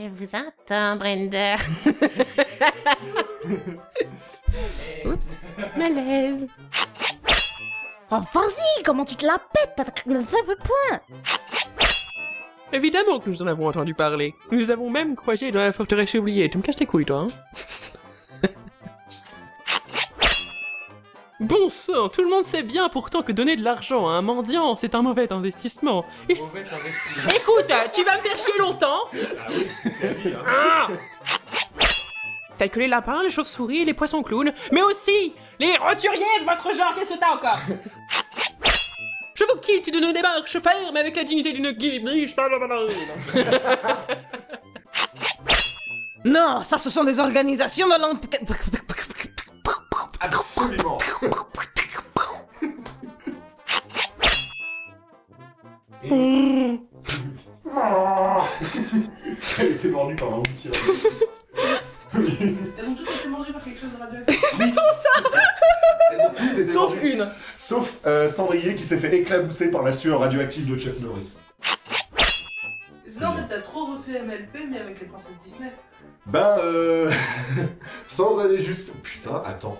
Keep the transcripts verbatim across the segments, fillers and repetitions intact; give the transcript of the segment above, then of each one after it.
Je vous entends, Brenda. Oups, malaise. Oh, vas-y, comment tu te la pètes? T'as le point. Évidemment que nous en avons entendu parler. Nous avons même croisé dans la forteresse oubliée. Tu me casses les couilles, toi, hein? Bon sang, tout le monde sait bien pourtant que donner de l'argent à un mendiant, c'est un mauvais investissement. Mauvais investissement. Écoute, tu vas me faire chier longtemps. Ah oui, c'est ta vie, hein. Ah Tels que les lapins, les chauves-souris et les poissons clowns, mais aussi les roturiers de votre genre. Qu'est-ce que t'as encore? Je vous quitte de nos démarches fermes avec la dignité d'une guibiche. Non, ça ce sont des organisations de l'en... Absolument. Et... Elle était mordue par un outil. Elles ont toutes été mangées par quelque chose de radioactif. C'est ça. Elles ont toutes été Sauf mordues. une. Sauf euh, Cendrier qui s'est fait éclabousser par la sueur radioactive de Chuck Norris. C'est ça, en fait, t'as trop refait M L P, mais avec les princesses Disney. Bah euh... sans aller jusqu'à... Putain, attends.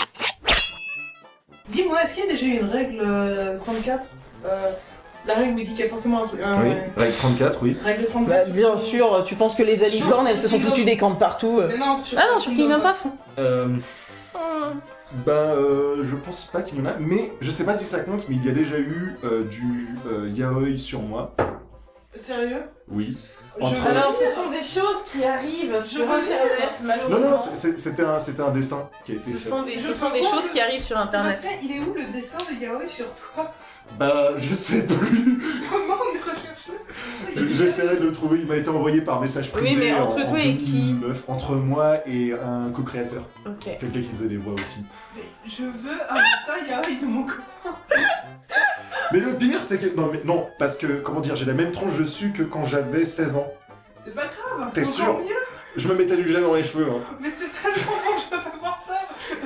Dis-moi, est-ce qu'il y a déjà eu une règle euh, trente-quatre euh, La règle où il dit qu'il y a forcément un... un Oui, ouais. règle trente-quatre, oui. Règle trente-quatre. Bah, bien sûr, tu penses que les alicornes, elles se sont foutues des camps de partout. Mais non, sur... Ah non, sur Kingdom Path. Euh... Ben, euh, je pense pas qu'il y en a, mais je sais pas si ça compte, mais il y a déjà eu euh, du euh, yaoi sur moi. Sérieux? Oui. Je Entre- veux- Alors, ce sont des choses qui arrivent Je sur veux Internet, Non, malheureusement. non, non, c'est- c'est- c'était un, c'était un dessin qui a été Ce fait. sont des, Je ce sont des comprends choses le- qui arrivent sur Internet. Sébastien, il est où le dessin de yaoi sur toi? Bah, je sais plus. Comment on le recherche? J'essaierai de le trouver, il m'a été envoyé par message privé. Oui, mais entre en- toi en et qui? deux mille neuf. Entre moi et un co-créateur. Ok. Quelqu'un qui faisait des voix aussi. Mais je veux un dessin yaoi de mon copain. Mais le pire, c'est que. Non, mais non, parce que, comment dire, j'ai la même tronche dessus que quand j'avais seize ans. C'est pas grave, T'es c'est sûr? encore mieux. Je me mettais du gel dans les cheveux. Hein. Mais c'est tellement bon, je peux pas voir ça.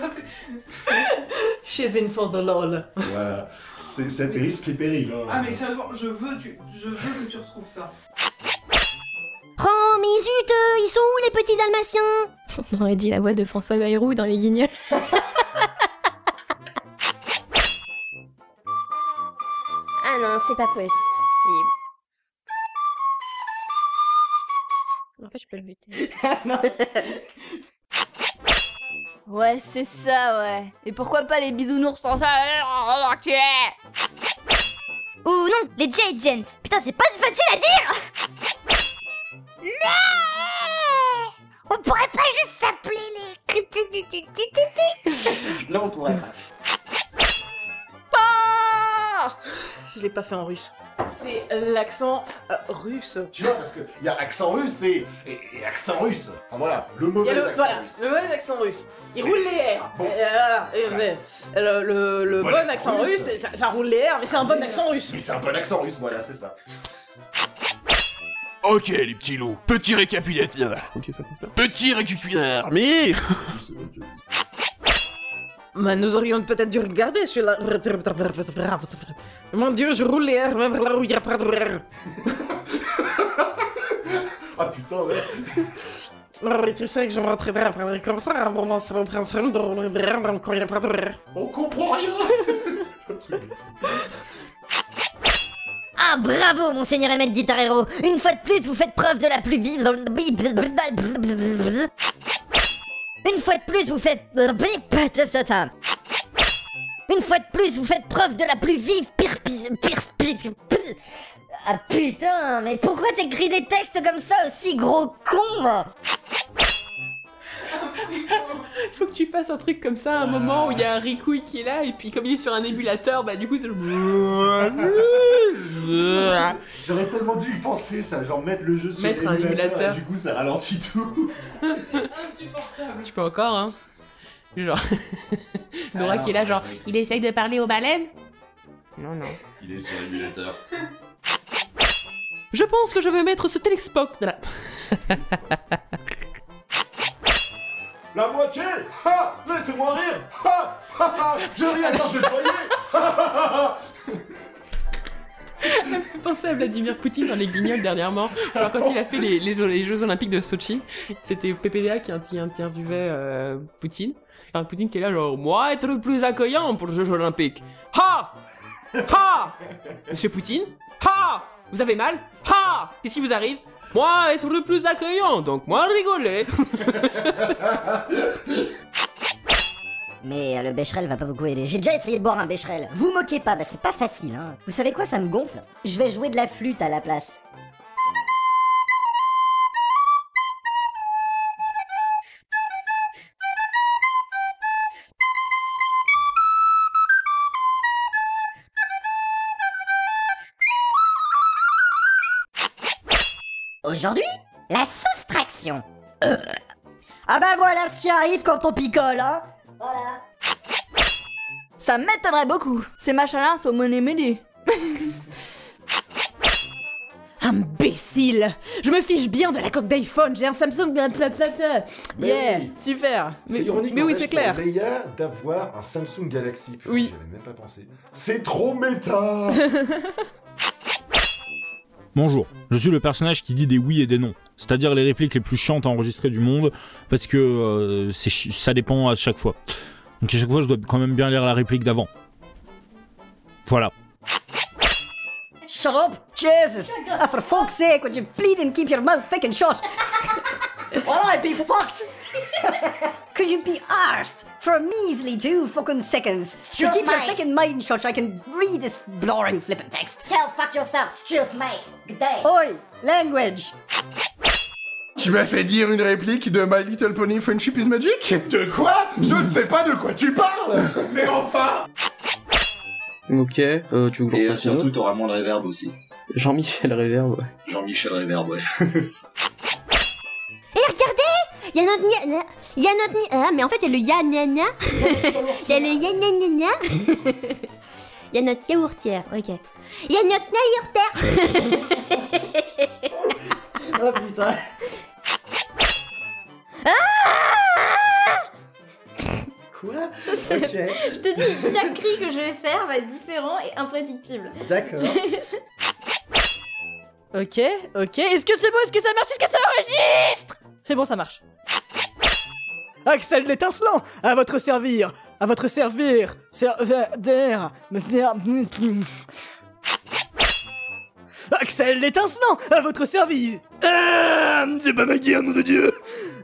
She's in for the lol. Voilà. C'est c'est tes risques et périls. Hein. Ah mais sérieusement, je veux, tu, je veux que tu retrouves ça. Oh, mais zut, euh, ils sont où les petits dalmatiens? On aurait dit la voix de François Bayrou dans Les Guignols. Ah non, c'est pas possible. En fait, je peux le buter. Ouais, c'est ça, ouais. Et pourquoi pas les bisounours sans ça? Ou non, les J Gens. Putain, c'est pas facile à dire. Mais on pourrait pas juste s'appeler les... Là, on pourrait pas. Ah, je l'ai pas fait en russe. C'est l'accent euh, russe. Tu vois, parce qu'il y a accent russe et, et, et accent russe. Enfin voilà, le Il y mauvais a le, accent voilà, russe. le mauvais accent russe. Il C'est- roule les R. Bon. Et, euh, voilà, et, euh, le le, le Bon bon, accent accent, russe. russe, ça, ça roule les R, mais c'est un bon accent russe. Mais c'est un bon accent russe, voilà, c'est ça. Ok les petits loups, petit récapitulateur. Ok, ça fait peur. Petit récapitulateur, mais... Mais nous aurions peut-être dû regarder sur la... Mon dieu, je roule les R, même là où il n'y a pas de R. Ah putain, ouais. Non, mais tu sais que je me rentrerai à parler comme ça, à un moment, c'est le principe de rouler des R, même quand il n'y a pas de R. On comprend rien. Un truc de fou. Ah, bravo, monseigneur Emmett Guitar Hero. Une fois de plus, vous faites preuve de la plus vive... Une fois de plus, vous faites... Une fois de plus, vous faites preuve de la plus vive pire... pire... Ah putain, mais pourquoi t'écris des textes comme ça aussi, gros con? Il faut que tu fasses un truc comme ça à un moment où il y a un ricouille qui est là et puis comme il est sur un émulateur, bah du coup c'est le... J'aurais tellement dû y penser, ça, genre mettre le jeu sur Mettre un l'émulateur, émulateur. et du coup ça ralentit tout. Insupportable. Tu peux encore, hein. Genre... Nora qui est là, genre, il essaye de parler aux baleines? Non, non. Il est sur l'émulateur. Je pense que je vais mettre ce télescope de la... La moitié. Ha. Laissez-moi rire. Ha. Ha, ha. Je ris, attends, je vais te noyer. Ha, ha, ha, ha. Ça me fait penser à Vladimir Poutine dans les Guignols dernièrement. Alors quand il a fait les, les, les Jeux Olympiques de Sochi, c'était P P D A qui, qui interviewait euh, Poutine. Enfin, Poutine qui est là genre, moi être le plus accueillant pour les Jeux Olympiques. Ha Ha Monsieur Poutine, ha Vous avez mal? Ha Qu'est-ce qui vous arrive? Moi être le plus accueillant, donc moi rigoler. Mais euh, le Becherel va pas beaucoup aider. J'ai déjà essayé de boire un Becherel. Vous moquez pas, bah c'est pas facile, hein. Vous savez quoi, ça me gonfle. Je vais jouer de la flûte à la place. Aujourd'hui, la soustraction. Euh. Ah bah voilà ce qui arrive quand on picole, hein. Voilà. Ça m'étonnerait beaucoup. Ces machins-là sont monnaie mêlée. Imbécile! Je me fiche bien de la coque d'iPhone, j'ai un Samsung bien blablabla. Yeah, oui. super. C'est Mais, ironique, mais oui, n'empêche, c'est clair. pour Leia d'avoir un Samsung Galaxy. Putain, Oui. j'y avais même pas pensé. C'est trop méta. Bonjour, je suis le personnage qui dit des oui et des non, c'est-à-dire les répliques les plus chiantes à enregistrer du monde, parce que euh, c'est chi- ça dépend à chaque fois. Donc à chaque fois, je dois quand même bien lire la réplique d'avant. Voilà. Shut up! Jesus! Ah, for fuck's sake, would you bleed and keep your mouth thick and shut? Well, I'd be fucked! Could you be arsed for a measly two fucking seconds? To keep your fucking mind shut so I can read this boring flippin' text. Go fuck yourself, truth mate. Good day. Oi! Language! Tu m'as fait dire une réplique de My Little Pony Friendship is Magic? De quoi? Je ne sais pas de quoi tu parles. Mais enfin Ok, euh, tu veux que j'en Et euh, fasse une surtout, autre t'auras moins de reverb aussi. Jean-Michel Réverb, ouais. Jean-Michel Reverb, ouais. Et regardez, il y a notre nia- il y a notre ni- ah mais en fait il y a le yanana. Il y a le yanana. Il y a notre yaourtière, ok. Il y a notre yaourtière. Oh putain! Quoi? Ok. Je te dis, chaque cri que je vais faire va être différent et imprédictible. D'accord. Ok, ok. Est-ce que c'est bon? Est-ce que ça marche? Est-ce que ça enregistre? C'est bon, ça marche. Axel l'étincelant, à votre servir, à votre servir, servir, Axel l'étincelant, à votre service. Ah, c'est pas ma guerre, nom de Dieu.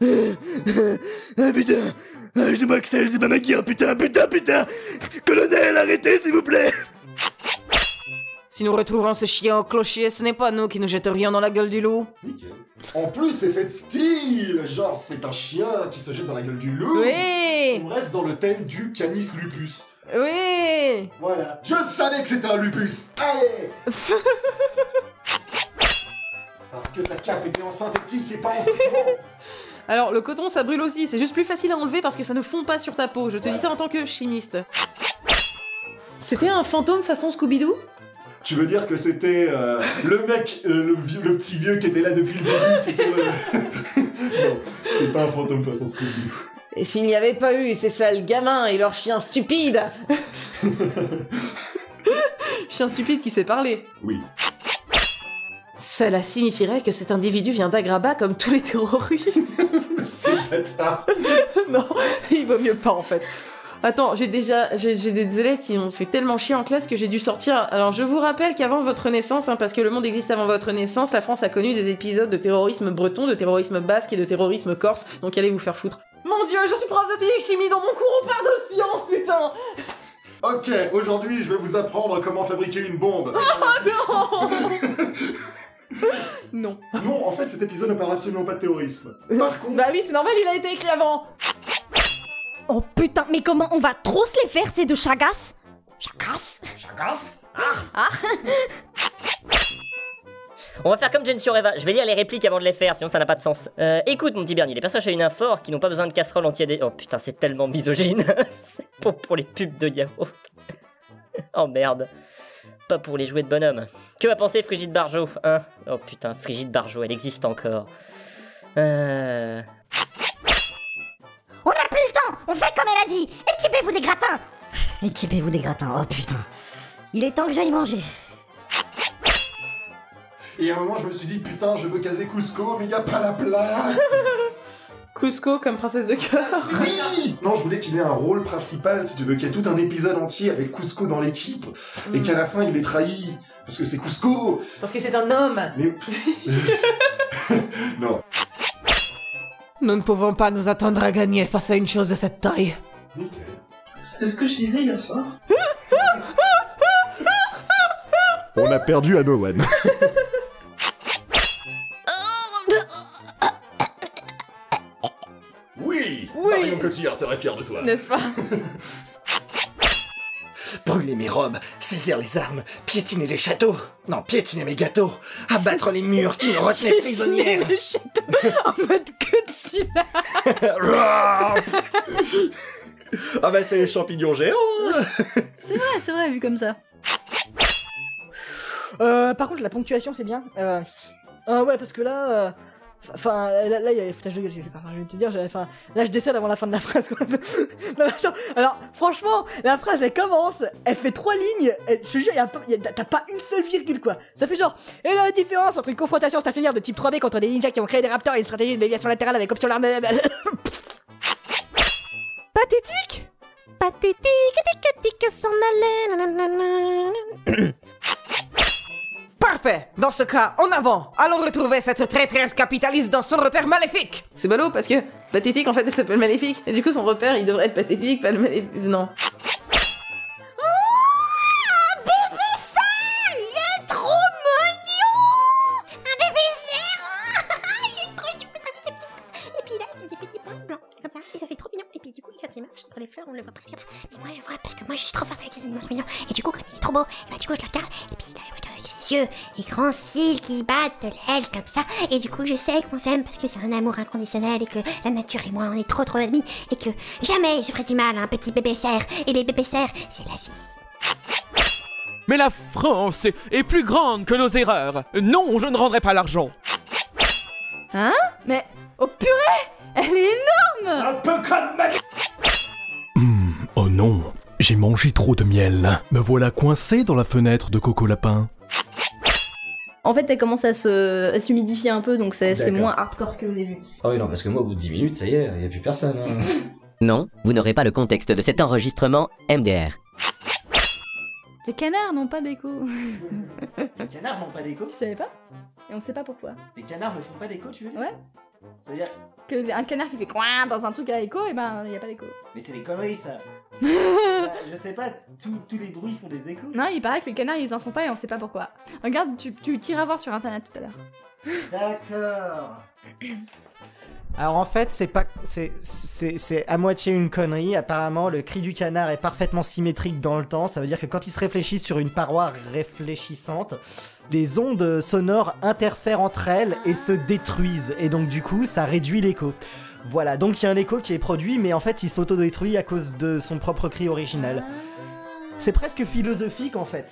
Ah putain, ah, je Axel, c'est pas ma guerre, putain, putain, putain. Colonel, arrêtez s'il vous plaît. Si nous retrouvons ce chien au clocher, ce n'est pas nous qui nous jetterions dans la gueule du loup. Nickel. En plus, c'est fait de style. Genre, c'est un chien qui se jette dans la gueule du loup. Oui. On reste dans le thème du Canis lupus. Oui. Voilà. Je savais que c'était un lupus. Allez. Parce que sa cape était en synthétique et pas en coton. Alors, le coton, ça brûle aussi. C'est juste plus facile à enlever parce que ça ne fond pas sur ta peau. Je te Ouais. dis ça en tant que chimiste. C'était un fantôme façon Scooby-Doo? Tu veux dire que c'était euh, le mec, euh, le, vieux- le petit vieux qui était là depuis le début, qui était le... Non, c'était pas un fantôme façon Scooby-Doo. Et s'il n'y avait pas eu ces sales gamins et leurs chiens stupides? Chien stupide qui sait parler. Oui. Cela signifierait que cet individu vient d'Agraba comme tous les terroristes. C'est bâtard. Non, il vaut mieux pas en fait. Attends, j'ai déjà j'ai, j'ai des élèves qui ont fait tellement chier en classe que j'ai dû sortir. Alors je vous rappelle qu'avant votre naissance, hein, parce que le monde existe avant votre naissance, la France a connu des épisodes de terrorisme breton, de terrorisme basque et de terrorisme corse. Donc allez vous faire foutre. Mon dieu, je suis prof de physique-chimie, dans mon cours on parle de science, putain. Ok, aujourd'hui, je vais vous apprendre comment fabriquer une bombe. Oh non. Non. Non, en fait, cet épisode ne parle absolument pas de terrorisme. Par contre... Bah oui, c'est normal, il a été écrit avant. Oh putain, mais comment on va trop se les faire ces deux chagasses? Chagasses? Chagas. Ah. On va faire comme Jen sur Eva, je vais lire les répliques avant de les faire, sinon ça n'a pas de sens. Euh, écoute mon petit Bernie, les personnages féminins forts qui n'ont pas besoin de casserole anti-A D... Oh putain, c'est tellement misogyne. C'est pour, pour les pubs de yaourt. Oh merde. Pas pour les jouets de bonhomme. Que va penser Frigide Barjot, hein? Oh putain, Frigide Barjot, elle existe encore. Euh... On n'a plus le temps! On fait comme elle a dit! Équipez-vous des gratins! Équipez-vous des gratins, oh putain. Il est temps que j'aille manger. Et à un moment, je me suis dit, putain, je veux caser Cusco, mais y a pas la place. Cusco comme princesse de cœur. Oui. Non, je voulais qu'il ait un rôle principal, si tu veux, qu'il y ait tout un épisode entier avec Cusco dans l'équipe, mm. et qu'à la fin, il est trahi, parce que c'est Cusco. Parce que c'est un homme. Mais... non. Nous ne pouvons pas nous attendre à gagner face à une chose de cette taille. C'est ce que je disais hier soir. On a perdu à No One. Oui, oui. Marion Cotillard serait fière de toi. N'est-ce pas? Brûler mes robes, saisir les armes, piétiner les châteaux. Non, piétiner mes gâteaux, abattre les murs qui me retenaient prisonnière. Piétiner les châteaux en mode Godzilla. Ah bah c'est les champignons géants. C'est vrai, c'est vrai, vu comme ça. Euh, par contre, la ponctuation, c'est bien. Euh... Ah ouais, parce que là... Enfin, euh... là, là, il y a foutage de gueule, je vais pas je vais te dire, enfin, là, je décède avant la fin de la phrase, quoi. Non, attends, alors, franchement, la phrase, elle commence, elle fait trois lignes, elle, je te jure, y a pas, y a, t'as pas une seule virgule, quoi. Ça fait genre, et la différence entre une confrontation stationnaire de type trois B contre des ninjas qui ont créé des raptors et une stratégie de déviation latérale avec option l'arme... Pathétique Pathétique, tic tic s'en allait. Parfait. Dans ce cas, en avant. Allons retrouver cette traîtresse capitaliste dans son repère maléfique. C'est ballot parce que pathétique en fait elle s'appelle maléfique et du coup son repère il devrait être pathétique, pas le maléfique. Non. Entre les fleurs, on le voit presque pas. Mais moi je vois parce que moi je suis trop forte avec les animaux mignons. Et du coup, comme il est trop beau, et bah du coup je le regarde. Et puis il a avec ses yeux, les grands cils qui battent de l'aile comme ça. Et du coup, je sais qu'on s'aime parce que c'est un amour inconditionnel et que la nature et moi on est trop trop amis. Et que jamais je ferai du mal à un petit bébé cerf. Et les bébés cerfs, c'est la vie. Mais la France est plus grande que nos erreurs. Non, je ne rendrai pas l'argent. Hein? Mais, oh purée! Elle est énorme! Un peu comme ma... Mmh, oh non, j'ai mangé trop de miel. Me voilà coincé dans la fenêtre de Coco Lapin. En fait, elle commence à se à s'humidifier un peu, donc c'est c'est D'accord. moins hardcore qu'au début. Ah oui, non, parce que moi, au bout de dix minutes, ça y est, y a plus personne. Hein. Non, vous n'aurez pas le contexte de cet enregistrement M D R. Les canards n'ont pas d'écho. Les canards n'ont pas d'écho? Tu savais pas? Et on sait pas pourquoi. Les canards ne font pas d'écho, tu veux dire? Ouais. C'est-à-dire... Que un canard qui fait coin dans un truc à écho, et ben y a pas d'écho. Mais c'est des conneries, ça. Bah, je sais pas, tous tous les bruits font des échos. Non, il paraît que les canards ils en font pas et on sait pas pourquoi. Regarde, tu, tu iras voir sur internet tout à l'heure. D'accord. Alors en fait, c'est pas, c'est, c'est, c'est à moitié une connerie. Apparemment, le cri du canard est parfaitement symétrique dans le temps. Ça veut dire que quand il se réfléchit sur une paroi réfléchissante, les ondes sonores interfèrent entre elles et se détruisent. Et donc du coup, ça réduit l'écho. Voilà, donc il y a un écho qui est produit, mais en fait, il s'autodétruit à cause de son propre cri original. C'est presque philosophique en fait.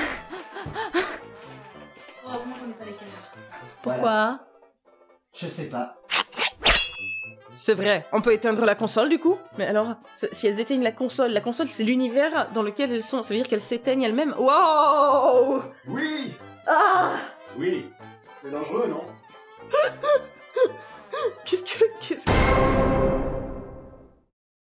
Heureusement qu'on n'est pas les canards. Pourquoi? Voilà. Je sais pas. C'est vrai, on peut éteindre la console du coup. Mais alors, si elles éteignent la console, la console c'est l'univers dans lequel elles sont. Ça veut dire qu'elles s'éteignent elles-mêmes. Wow! Oui! Ah! Oui! C'est dangereux, non? Qu'est-ce que... Qu'est-ce que...